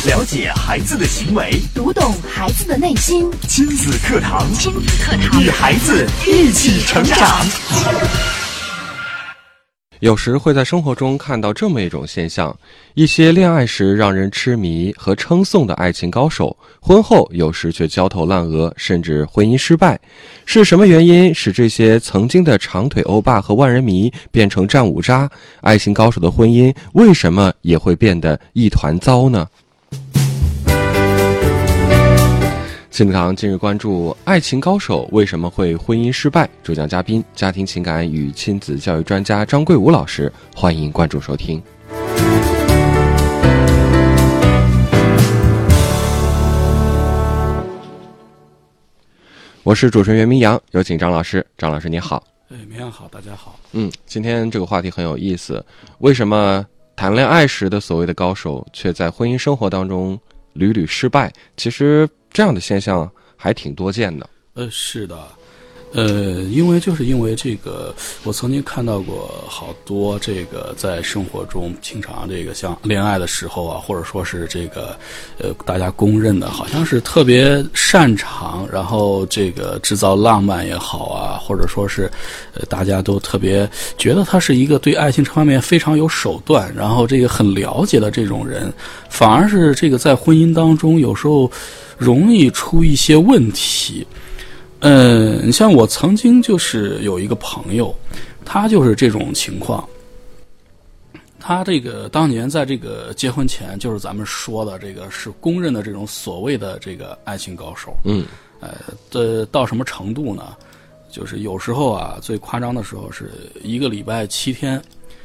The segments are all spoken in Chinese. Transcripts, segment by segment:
了解孩子的行为， 读懂孩子的内心。 亲子课堂，与孩子一起成长。 有时会在生活中看到这么一种现象，一些恋爱时让人痴迷和称颂的爱情高手，婚后有时却焦头烂额，甚至婚姻失败。是什么原因使这些曾经的长腿欧巴和万人迷变成战五渣？爱情高手的婚姻为什么也会变得一团糟呢？亲子堂今日关注爱情高手为什么会婚姻失败，主讲嘉宾家庭情感与亲子教育专家张桂武老师，欢迎关注收听。我是主持人袁明阳，有请张老师。张老师你好。 明阳好，大家好。 今天这个话题很有意思，为什么谈恋爱时的所谓的高手却在婚姻生活当中屡屡失败？其实这样的现象还挺多见的。 是的，因为这个，我曾经看到过好多这个在生活中经常这个像恋爱的时候啊，或者说是这个大家公认的好像是特别擅长，然后这个制造浪漫也好啊，或者说是大家都特别觉得他是一个对爱情这方面非常有手段，然后这个很了解的这种人，反而是这个在婚姻当中有时候容易出一些问题。你像我曾经就是有一个朋友，他就是这种情况。他这个当年在这个结婚前，就是咱们说的这个是公认的这种所谓的这个爱情高手。到什么程度呢？就是有时候啊，最夸张的时候是一个礼拜7天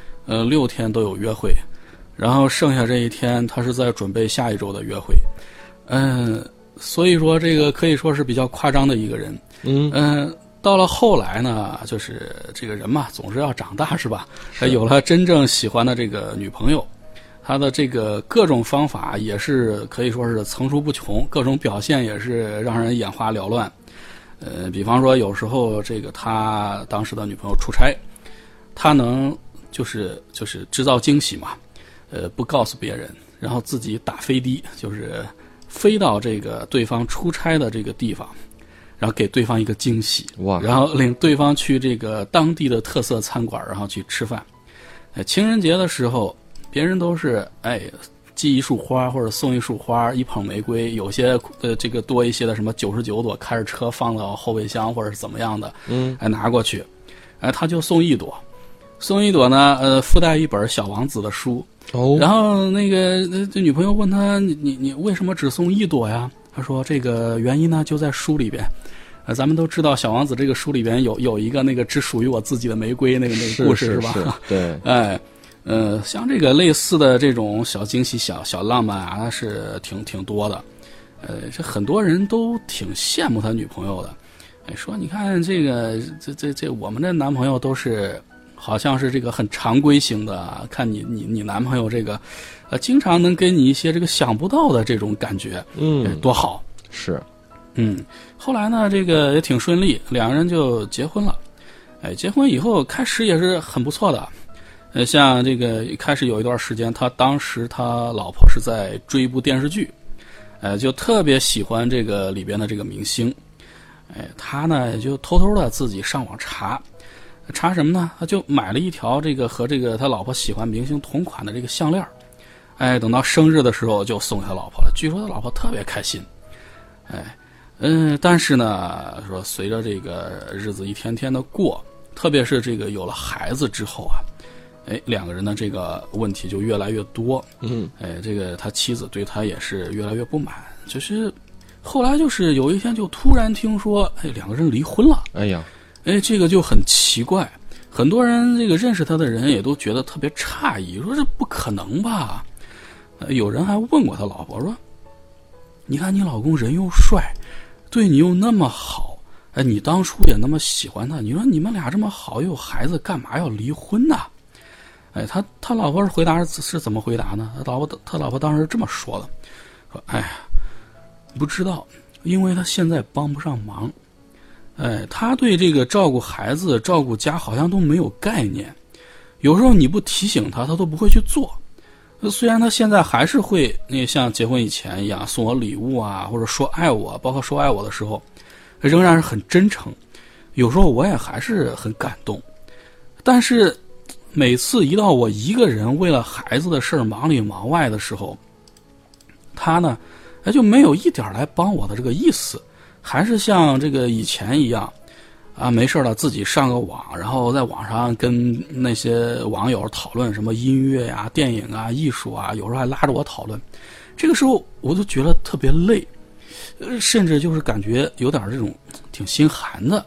，6天都有约会，然后剩下这一天他是在准备下一周的约会。所以说这个可以说是比较夸张的一个人。到了后来呢，就是这个人嘛，总是要长大是吧？有了真正喜欢的这个女朋友，他的这个各种方法也是可以说是层出不穷，各种表现也是让人眼花缭乱。比方说有时候这个他当时的女朋友出差，他能就是制造惊喜嘛，不告诉别人，然后自己打飞的，就是飞到这个对方出差的这个地方，然后给对方一个惊喜，然后领对方去这个当地的特色餐馆，然后去吃饭。情人节的时候，别人都是寄一束花或者送一束花，一捧玫瑰，有些这个多一些的什么99朵，开着车放到后备箱或者是怎么样的，拿过去，他就送一朵呢，附带一本小王子的书。然后那个这女朋友问他，你为什么只送一朵呀？他说这个原因呢就在书里边。咱们都知道小王子这个书里边有一个那个只属于我自己的玫瑰那个故事是吧？ 对。 像这个类似的这种小惊喜小浪漫啊，是挺多的。这很多人都挺羡慕他女朋友的。说你看这个这我们的男朋友都是好像是这个很常规型的，看你男朋友这个经常能给你一些这个想不到的这种感觉，多好。 是。 后来呢这个也挺顺利，两个人就结婚了。结婚以后开始也是很不错的。像这个开始有一段时间，当时他老婆是在追一部电视剧，就特别喜欢这个里边的这个明星。他呢就偷偷的自己上网查什么呢？他就买了一条这个和这个他老婆喜欢明星同款的这个项链。等到生日的时候就送给他老婆了，据说他老婆特别开心。但是呢，说随着这个日子一天天的过，特别是这个有了孩子之后啊，两个人的这个问题就越来越多。这个他妻子对他也是越来越不满，就是后来就是有一天就突然听说，两个人离婚了。这个就很奇怪，很多人这个认识他的人也都觉得特别诧异，说这不可能吧？有人还问过他老婆说，你看你老公人又帅，对你又那么好，你当初也那么喜欢他，你说你们俩这么好又有孩子，干嘛要离婚呢？他老婆回答是怎么回答呢？他老婆当时这么说的，说不知道，因为他现在帮不上忙。他对这个照顾孩子、照顾家好像都没有概念，有时候你不提醒他，他都不会去做。 虽然他现在还是会那像结婚以前一样送我礼物啊，或者说爱我，包括说爱我的时候，仍然是很真诚。有时候我也还是很感动，但是每次一到我一个人为了孩子的事儿忙里忙外的时候，他呢，就没有一点来帮我的这个意思，还是像这个以前一样。啊，没事了，自己上个网，然后在网上跟那些网友讨论什么音乐呀、电影啊、艺术啊，有时候还拉着我讨论。这个时候我就觉得特别累，甚至就是感觉有点这种挺心寒的。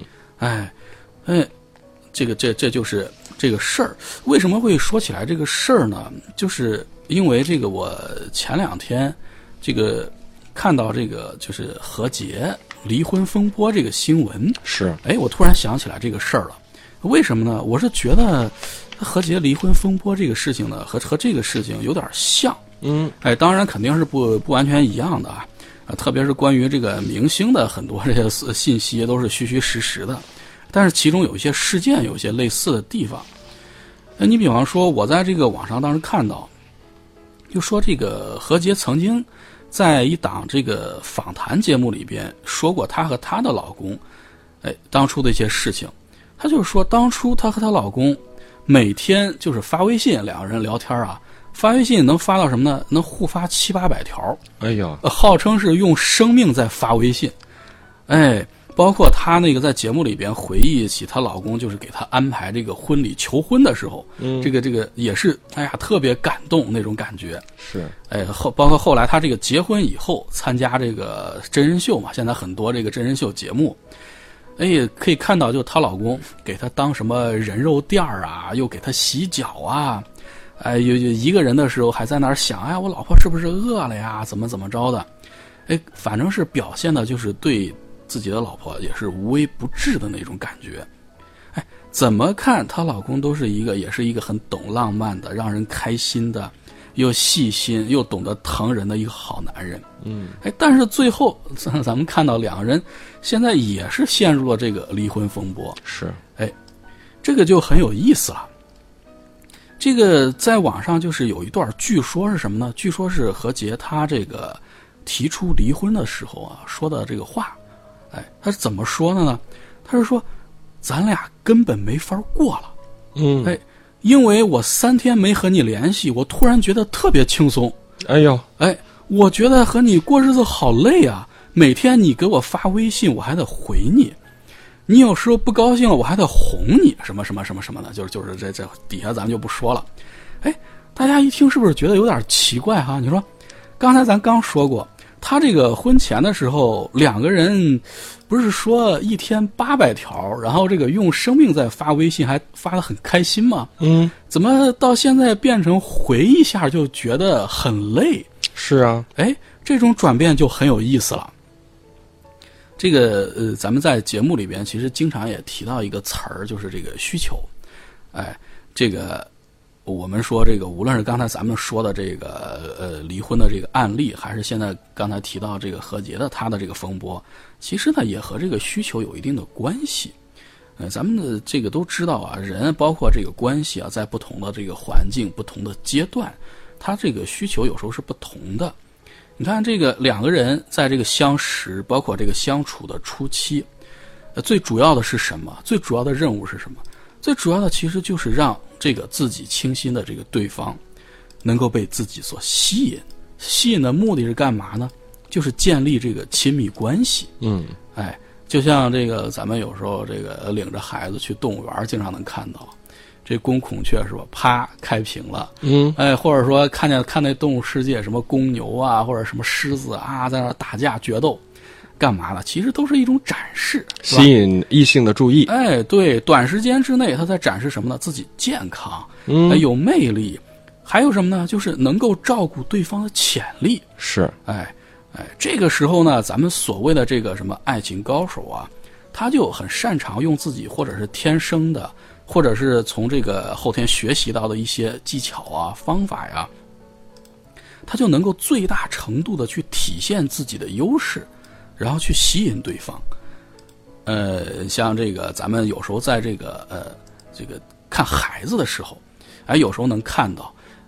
这就是这个事儿。为什么会说起来这个事儿呢？就是因为这个我前2天这个看到这个就是何洁离婚风波这个新闻， 是， 我突然想起来这个事儿了。为什么呢？我是觉得何洁离婚风波这个事情呢，和这个事情有点像。当然肯定是不完全一样的啊。特别是关于这个明星的很多这些信息都是虚虚实实的，但是其中有一些事件有一些类似的地方。你比方说，我在这个网上当时看到，就说这个何洁曾经在一档这个访谈节目里边说过她和她的老公当初的一些事情。她就是说当初她和她老公每天就是发微信，两个人聊天啊，发微信能发到什么呢？能互发700-800条。 哎呀， 号称是用生命在发微信。包括她那个在节目里边回忆起她老公就是给她安排这个婚礼求婚的时候，这个也是特别感动那种感觉。 是， 包括后来她这个结婚以后参加这个真人秀嘛，现在很多这个真人秀节目，可以看到就她老公给她当什么人肉店啊，又给她洗脚啊，有一个人的时候还在那儿想，我老婆是不是饿了呀？怎么着的？反正是表现的就是对自己的老婆也是无微不至的那种感觉。怎么看她老公都是也是一个很懂浪漫的，让人开心的，又细心又懂得疼人的一个好男人。但是最后咱们看到两个人现在也是陷入了这个离婚风波。 是， 这个就很有意思了。这个在网上就是有一段，据说是什么呢？据说是何洁她这个提出离婚的时候啊说的这个话。他是怎么说的呢？他是说咱俩根本没法过了。因为我3天没和你联系，我突然觉得特别轻松。我觉得和你过日子好累啊，每天你给我发微信我还得回你，你有时候不高兴了我还得哄你，什么什么什么什么的，就是这底下咱们就不说了。大家一听是不是觉得有点奇怪哈？你说刚才咱刚说过，他这个婚前的时候两个人不是说1天800条，然后这个用生命在发微信还发得很开心吗？怎么到现在变成回一下就觉得很累？ 是啊， 这种转变就很有意思了。这个咱们在节目里边其实经常也提到一个词儿，就是这个需求。这个我们说这个无论是刚才咱们说的这个离婚的这个案例，还是现在刚才提到这个何洁的她的这个风波，其实呢也和这个需求有一定的关系。咱们的这个都知道啊，人包括这个关系啊，在不同的这个环境、不同的阶段，他这个需求有时候是不同的。你看这个两个人在这个相识，包括这个相处的初期，最主要的是什么？最主要的任务是什么？最主要的其实就是让这个自己倾心的这个对方能够被自己所吸引。吸引的目的是干嘛呢？就是建立这个亲密关系。就像这个咱们有时候这个领着孩子去动物园，经常能看到这公孔雀是吧，啪开屏了。或者说看那动物世界，什么公牛啊，或者什么狮子啊，在那打架决斗，干嘛呢？其实都是一种展示， 吸引异性的注意。 对，短时间之内他在展示什么呢？自己健康，有魅力，还有什么呢？就是能够照顾对方的潜力。 是， 这个时候呢，咱们所谓的这个什么爱情高手啊，他就很擅长用自己或者是天生的，或者是从这个后天学习到的一些技巧啊、方法呀，他就能够最大程度的去体现自己的优势，然后去吸引对方。像这个咱们有时候在这个看孩子的时候，有时候能看到，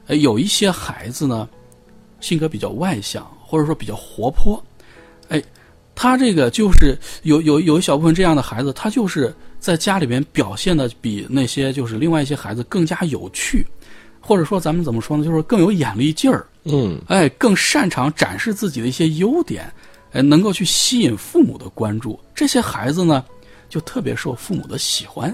有一些孩子呢，性格比较外向，或者说比较活泼，他这个就是有一小部分这样的孩子，他就是在家里边表现的比那些就是另外一些孩子更加有趣，或者说咱们怎么说呢，就是更有眼力劲儿，更擅长展示自己的一些优点，能够去吸引父母的关注。这些孩子呢，就特别受父母的喜欢，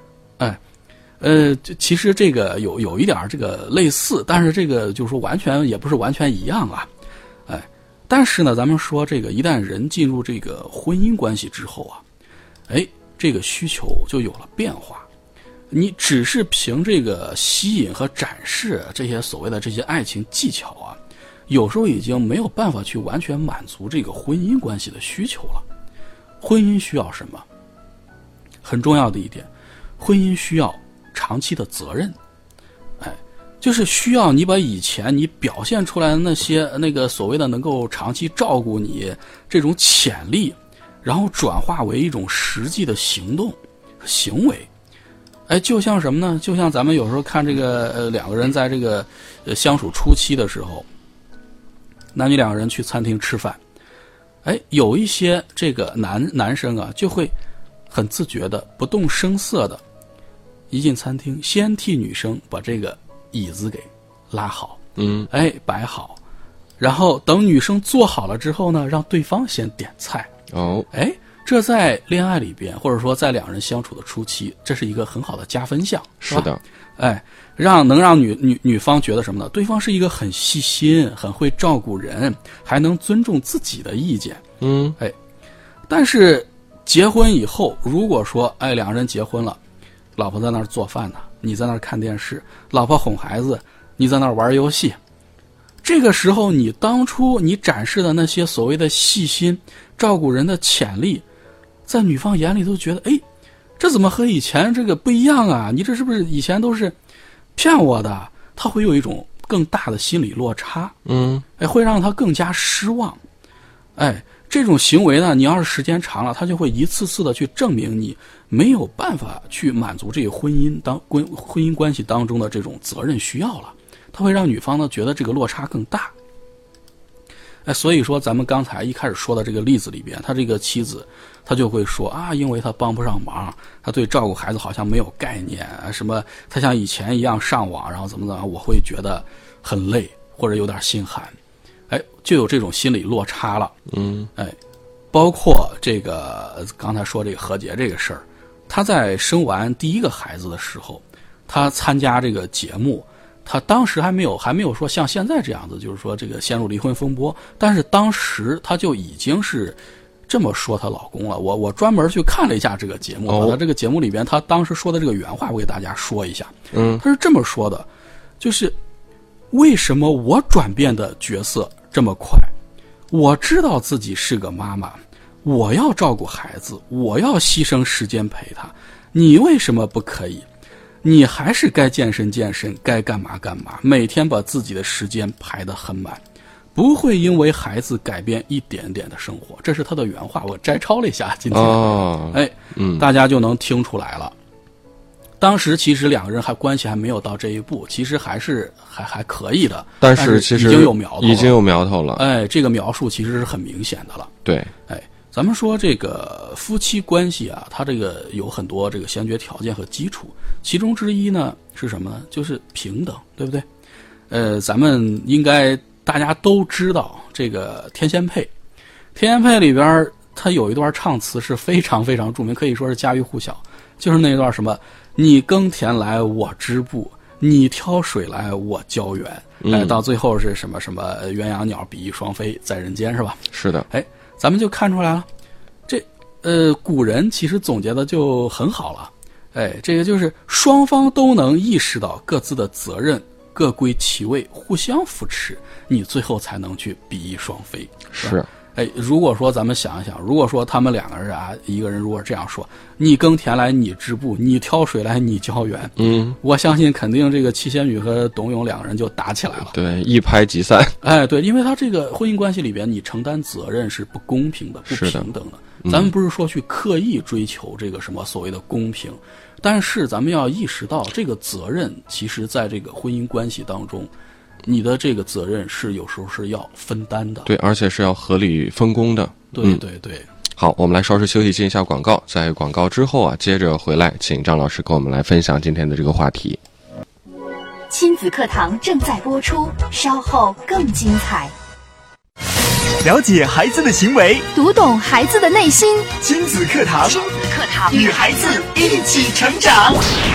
其实这个有一点这个类似，但是这个就是说完全也不是完全一样啊，但是呢，咱们说这个一旦人进入这个婚姻关系之后啊，这个需求就有了变化。你只是凭这个吸引和展示这些所谓的这些爱情技巧啊，有时候已经没有办法去完全满足这个婚姻关系的需求了。婚姻需要什么？很重要的一点，婚姻需要长期的责任，就是需要你把以前你表现出来的那个所谓的能够长期照顾你这种潜力，然后转化为一种实际的行动行为。就像什么呢？就像咱们有时候看这个两个人在这个相处初期的时候，男女两个人去餐厅吃饭，有一些这个男生啊，就会很自觉的不动声色的一进餐厅，先替女生把这个椅子给拉好，摆好，然后等女生坐好了之后呢，让对方先点菜。这在恋爱里边，或者说在两人相处的初期，这是一个很好的加分项， 是的， 能让女方觉得什么呢？对方是一个很细心、很会照顾人，还能尊重自己的意见。但是结婚以后，如果说两人结婚了，老婆在那儿做饭呢，你在那儿看电视，老婆哄孩子，你在那儿玩游戏，这个时候你当初你展示的那些所谓的细心照顾人的潜力，在女方眼里都觉得这怎么和以前这个不一样啊？你这是不是以前都是骗我的？他会有一种更大的心理落差，会让他更加失望。这种行为呢，你要是时间长了，他就会一次次的去证明你没有办法去满足这个婚姻关系当中的这种责任需要了，他会让女方呢觉得这个落差更大。所以说咱们刚才一开始说的这个例子里边，他这个妻子他就会说啊，因为他帮不上忙，他对照顾孩子好像没有概念，什么他像以前一样上网，然后怎么我会觉得很累或者有点心寒，就有这种心理落差了。包括这个刚才说这个何洁这个事儿，他在生完第一个孩子的时候，他参加这个节目，他当时还没有说像现在这样子，就是说这个陷入离婚风波，但是当时他就已经是这么说她老公了。我专门去看了一下这个节目，把他这个节目里边他当时说的这个原话我给大家说一下。他是这么说的，就是为什么我转变的角色这么快？我知道自己是个妈妈，我要照顾孩子，我要牺牲时间陪他，你为什么不可以？你还是该健身健身，该干嘛干嘛，每天把自己的时间排得很满，不会因为孩子改变一点点的生活。这是他的原话，我摘抄了一下今天。大家就能听出来了。当时其实两个人关系还没有到这一步，其实还可以的， 但是其实已经有苗头了。 这个描述其实是很明显的了。 对， 咱们说这个夫妻关系啊，它这个有很多这个先决条件和基础，其中之一呢是什么呢？就是平等，对不对？咱们应该大家都知道这个天仙配里边它有一段唱词是非常非常著名，可以说是家喻户晓，就是那段什么你耕田来我织布，你挑水来我浇园，到最后是什么鸳鸯鸟比翼双飞在人间，是吧？ 是的。 咱们就看出来了，这古人其实总结的就很好了。这个就是双方都能意识到各自的责任，各归其位，互相扶持，你最后才能去比翼双飞。 是。 如果说咱们想一想，如果说他们两个人啊，一个人如果这样说，你耕田来你织布，你挑水来你浇园，我相信肯定这个七仙女和董永两个人就打起来了。 对，一拍即散。 对，因为他这个婚姻关系里边，你承担责任是不公平的、不平等的。咱们不是说去刻意追求这个什么所谓的公平， 但是咱们要意识到，这个责任其实在这个婚姻关系当中，你的这个责任是有时候是要分担的。 对，而且是要合理分工的。 对对对。 好，我们来稍事休息，进一下广告。在广告之后啊，接着回来，请张老师跟我们来分享今天的这个话题。 亲子课堂正在播出，稍后更精彩。 了解孩子的行为， 读懂孩子的内心。 亲子课堂， 亲子课堂， 与孩子一起成长。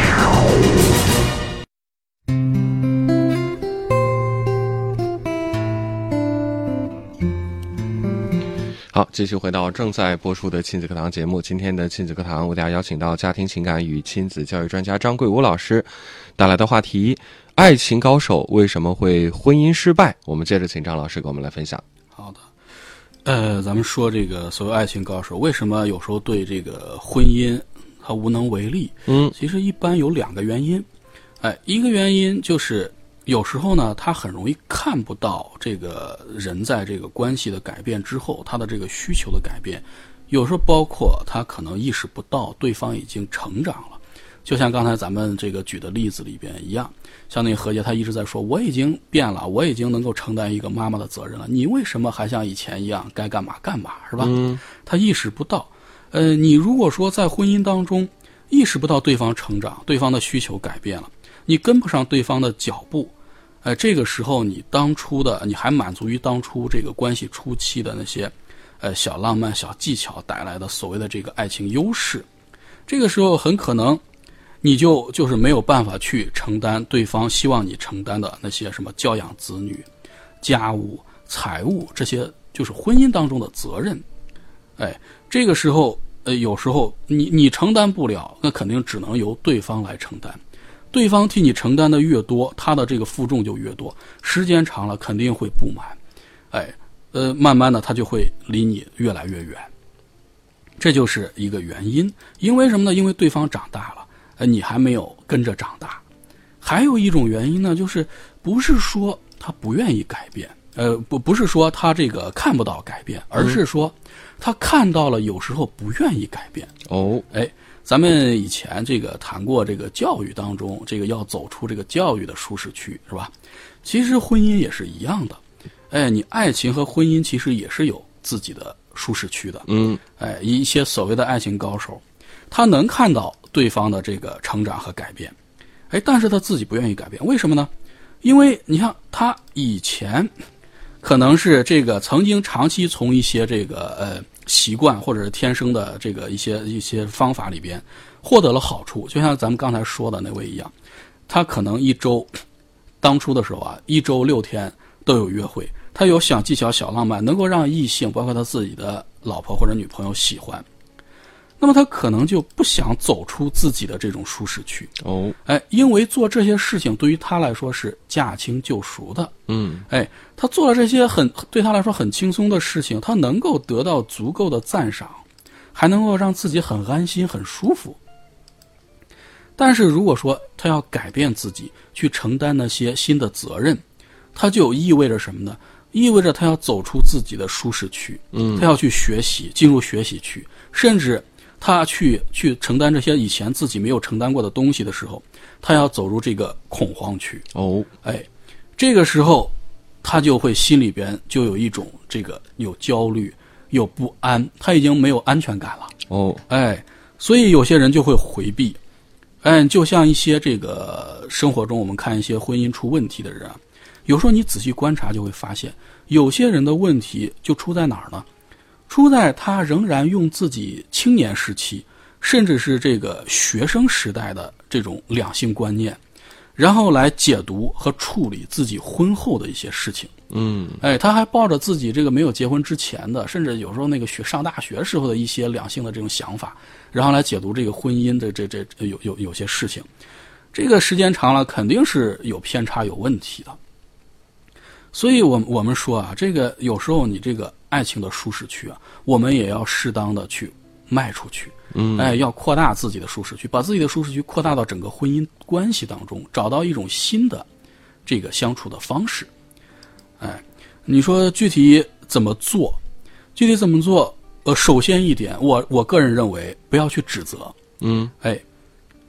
好，继续回到正在播出的亲子课堂节目。今天的亲子课堂为大家邀请到家庭情感与亲子教育专家张桂武老师带来的话题：爱情高手为什么会婚姻失败？我们接着请张老师给我们来分享。 好的，咱们说这个所谓爱情高手为什么有时候对这个婚姻他无能为力？其实一般有2个原因。一个原因就是有时候呢，他很容易看不到这个人在这个关系的改变之后，他的这个需求的改变，有时候包括他可能意识不到对方已经成长了。就像刚才咱们这个举的例子里边一样，像那个何洁，他一直在说我已经变了，我已经能够承担一个妈妈的责任了，你为什么还像以前一样该干嘛干嘛，是吧？他意识不到。你如果说在婚姻当中意识不到对方成长，对方的需求改变了，你跟不上对方的脚步，这个时候你还满足于当初这个关系初期的那些小浪漫小技巧带来的所谓的这个爱情优势，这个时候很可能你就是没有办法去承担对方希望你承担的那些什么教养子女、家务、财务，这些就是婚姻当中的责任。这个时候有时候你承担不了，那肯定只能由对方来承担。对方替你承担的越多，他的这个负重就越多，时间长了肯定会不满。慢慢的他就会离你越来越远。这就是一个原因。因为什么呢？因为对方长大了，你还没有跟着长大。还有一种原因呢，就是不是说他不愿意改变，不是说他这个看不到改变，而是说他看到了，有时候不愿意改变。咱们以前这个谈过这个教育当中，这个要走出这个教育的舒适区，是吧？其实婚姻也是一样的。你爱情和婚姻其实也是有自己的舒适区的。一些所谓的爱情高手，他能看到对方的这个成长和改变，但是他自己不愿意改变，为什么呢？因为你看他以前可能是这个曾经长期从一些这个习惯或者是天生的这个一些方法里边获得了好处，就像咱们刚才说的那位一样，他可能当初的时候啊，1周6天都有约会，他有小技巧小浪漫，能够让异性包括他自己的老婆或者女朋友喜欢，那么他可能就不想走出自己的这种舒适区。因为做这些事情对于他来说是驾轻就熟的。他做了这些对他来说很轻松的事情，他能够得到足够的赞赏，还能够让自己很安心很舒服。但是如果说他要改变自己，去承担那些新的责任，他就意味着什么呢？意味着他要走出自己的舒适区。他要去学习，进入学习区，甚至他去承担这些以前自己没有承担过的东西的时候，他要走入这个恐慌区。这个时候他就会心里边就有一种这个有焦虑有不安，他已经没有安全感了。所以有些人就会回避。就像一些这个生活中我们看一些婚姻出问题的人啊，有时候你仔细观察就会发现，有些人的问题就出在哪儿呢？出在他仍然用自己青年时期甚至是这个学生时代的这种两性观念，然后来解读和处理自己婚后的一些事情。他还抱着自己这个没有结婚之前的，甚至有时候那个上大学时候的一些两性的这种想法，然后来解读这个婚姻的有些事情。这个时间长了肯定是有偏差有问题的。所以我们说啊，这个有时候你这个爱情的舒适区啊，我们也要适当的去迈出去。要扩大自己的舒适区，把自己的舒适区扩大到整个婚姻关系当中，找到一种新的这个相处的方式。你说具体怎么做？首先一点，我个人认为不要去指责。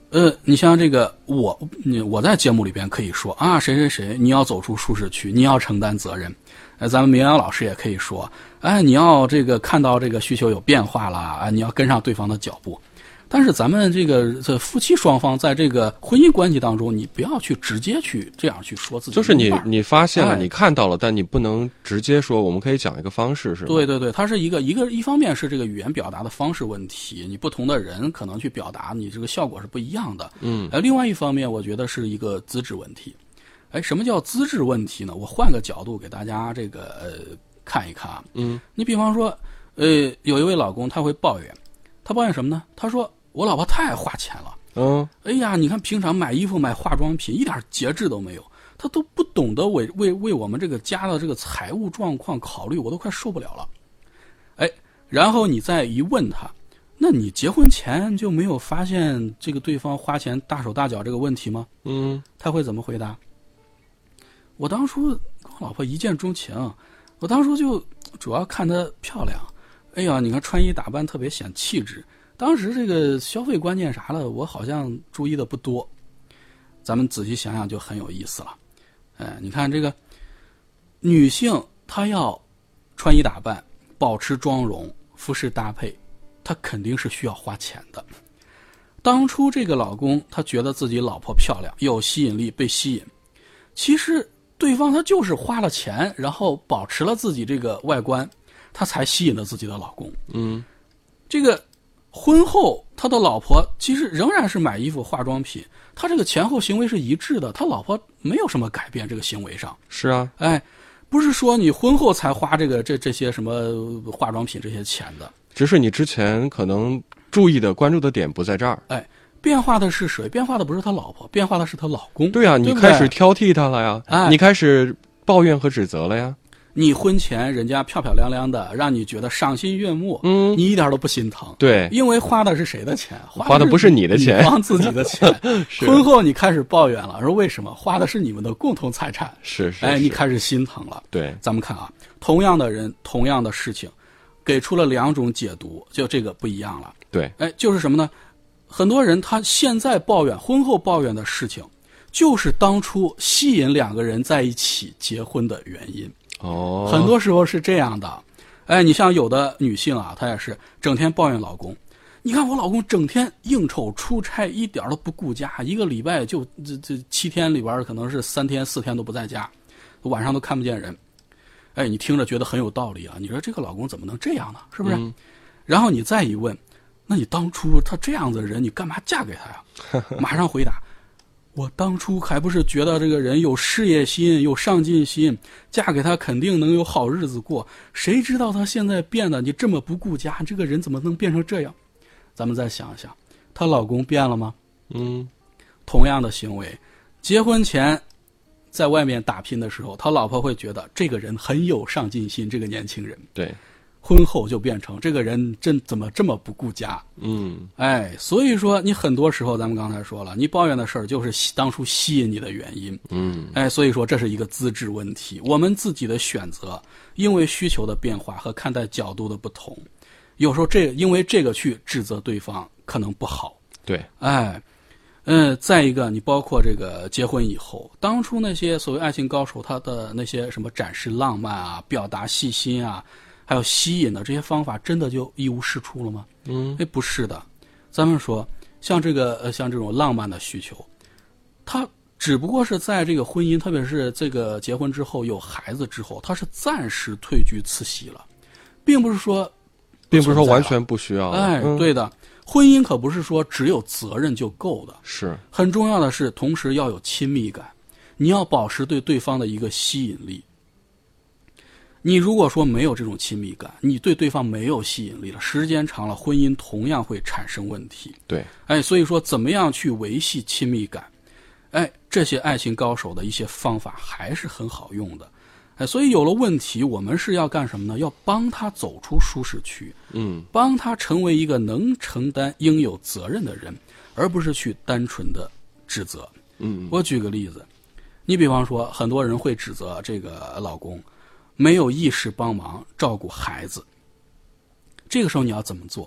你像这个我在节目里边可以说啊，谁谁谁，你要走出舒适区，你要承担责任。咱们明阳老师也可以说，你要这个看到这个需求有变化了，你要跟上对方的脚步。但是咱们这夫妻双方在这个婚姻关系当中，你不要去直接去这样去说自己。 就是你发现了，你看到了，但你不能直接说。我们可以讲一个方式，是吧？ 对，它是一方面是这个语言表达的方式问题，你不同的人可能去表达，你这个效果是不一样的。另外一方面，我觉得是一个资质问题。什么叫资质问题呢？我换个角度给大家这个看一看啊。你比方说，有一位老公他会抱怨，他抱怨什么呢？他说我老婆太花钱了。哎呀，你看平常买衣服买化妆品一点节制都没有，他都不懂得为我们这个家的这个财务状况考虑，我都快受不了了。然后你再一问他，那你结婚前就没有发现这个对方花钱大手大脚这个问题吗？他会怎么回答？我当初跟我老婆一见钟情，我当初就主要看她漂亮。哎呀，你看穿衣打扮特别显气质。当时这个消费观念啥的，我好像注意的不多。咱们仔细想想就很有意思了。你看这个女性，她要穿衣打扮、保持妆容、服饰搭配，她肯定是需要花钱的。当初这个老公他觉得自己老婆漂亮、有吸引力，被吸引，其实对方他就是花了钱，然后保持了自己这个外观，他才吸引了自己的老公。这个婚后他的老婆其实仍然是买衣服化妆品，他这个前后行为是一致的，他老婆没有什么改变这个行为上。 是啊， 不是说你婚后才花这些什么化妆品这些钱的， 只是你之前可能注意的关注的点不在这儿。 变化的是谁？变化的不是他老婆，变化的是他老公。 对啊，你开始挑剔他了呀，你开始抱怨和指责了呀。 你婚前人家漂漂亮亮的，让你觉得赏心悦目，你一点都不心疼。 对， 因为花的是谁的钱？ 花的不是你的钱， 女方自己的钱。婚后你开始抱怨了，说为什么？花的是你们的共同财产。 是。 你开始心疼了。 对， 咱们看啊，同样的人，同样的事情，给出了两种解读，就这个不一样了。 对， 就是什么呢？很多人他现在抱怨，婚后抱怨的事情，就是当初吸引两个人在一起结婚的原因。很多时候是这样的。你像有的女性啊，她也是整天抱怨老公，你看我老公整天应酬出差，一点都不顾家，一个礼拜就这7天里边可能是3天4天都不在家，晚上都看不见人。你听着觉得很有道理啊，你说这个老公怎么能这样呢？是不是？然后你再一问，那你当初他这样子的人，你干嘛嫁给他呀？马上回答，我当初还不是觉得这个人有事业心、有上进心，嫁给他肯定能有好日子过。谁知道他现在变得你这么不顾家，这个人怎么能变成这样？咱们再想一想，她老公变了吗？同样的行为，结婚前在外面打拼的时候，他老婆会觉得这个人很有上进心，这个年轻人。 对。 婚后就变成这个人怎么这么不顾家？所以说你很多时候咱们刚才说了，你抱怨的事儿就是当初吸引你的原因。所以说这是一个资质问题，我们自己的选择，因为需求的变化和看待角度的不同，有时候因为这个去指责对方可能不好。 对， 再一个，你包括这个结婚以后，当初那些所谓爱情高手，他的那些什么展示浪漫啊、表达细心啊，还有吸引的这些方法，真的就一无是处了吗？不是的。咱们说，像这种浪漫的需求，它只不过是在这个婚姻，特别是这个结婚之后有孩子之后，它是暂时退居次席了，并不是说完全不需要。 对的，婚姻可不是说只有责任就够的， 是很重要的是，同时要有亲密感，你要保持对对方的一个吸引力。你如果说没有这种亲密感，你对对方没有吸引力了，时间长了，婚姻同样会产生问题。 对， 所以说怎么样去维系亲密感？这些爱情高手的一些方法还是很好用的。所以有了问题，我们是要干什么呢？要帮他走出舒适区，帮他成为一个能承担应有责任的人，而不是去单纯的指责。我举个例子，你比方说，很多人会指责这个老公没有意识帮忙照顾孩子，这个时候你要怎么做？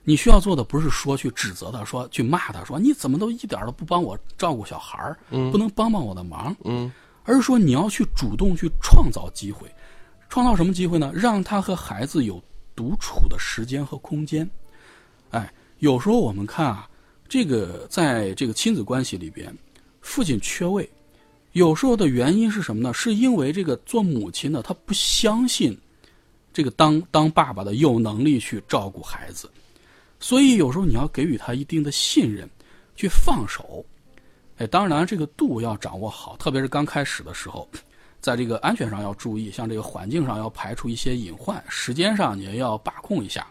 你需要做的不是说去指责他，说去骂他，说你怎么都一点都不帮我照顾小孩，不能帮帮我的忙，而是说你要去主动去创造机会。创造什么机会呢？让他和孩子有独处的时间和空间。有时候我们看啊，这个在这个亲子关系里边，父亲缺位，有时候的原因是什么呢？是因为这个做母亲的他不相信这个当爸爸的有能力去照顾孩子，所以有时候你要给予他一定的信任，去放手。当然这个度要掌握好，特别是刚开始的时候，在这个安全上要注意，像这个环境上要排除一些隐患，时间上你也要把控一下。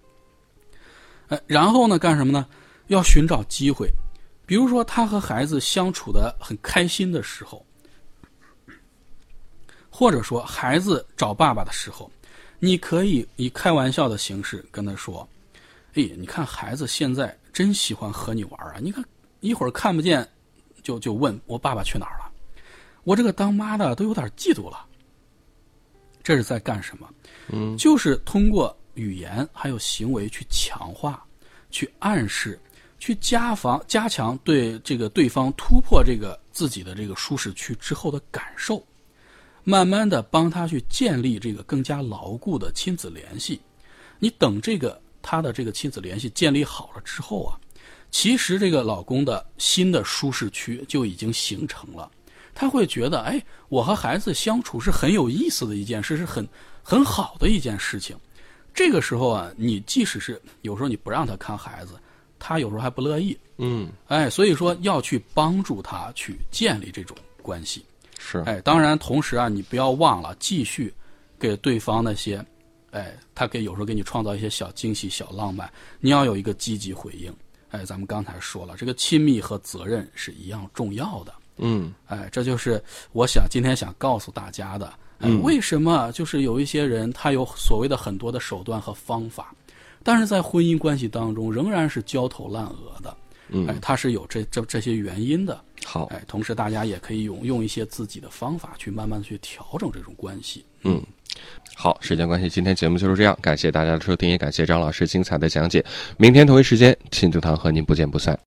然后呢，干什么呢？要寻找机会，比如说他和孩子相处的很开心的时候，或者说孩子找爸爸的时候，你可以以开玩笑的形式跟他说：你看孩子现在真喜欢和你玩啊！你看一会儿看不见就问我爸爸去哪儿了，我这个当妈的都有点嫉妒了。这是在干什么？就是通过语言还有行为去强化、去暗示、去加强对这个对方突破这个自己的这个舒适区之后的感受，慢慢的帮他去建立这个更加牢固的亲子联系。你等他的这个亲子联系建立好了之后啊，其实这个老公的新的舒适区就已经形成了。他会觉得我和孩子相处是很有意思的一件事，是很好的一件事情。这个时候啊，你即使是有时候你不让他看孩子，他有时候还不乐意。所以说要去帮助他去建立这种关系。 是。 当然同时啊，你不要忘了继续给对方那些他有时候给你创造一些小惊喜、小浪漫，你要有一个积极回应。咱们刚才说了，这个亲密和责任是一样重要的。这就是我今天想告诉大家的。为什么就是有一些人他有所谓的很多的手段和方法，但是在婚姻关系当中仍然是焦头烂额的。他是有这些原因的。 好， 同时大家也可以用一些自己的方法去慢慢的去调整这种关系。 好，时间关系，今天节目就是这样，感谢大家的收听，也感谢张老师精彩的讲解。明天同一时间，亲子堂和您不见不散。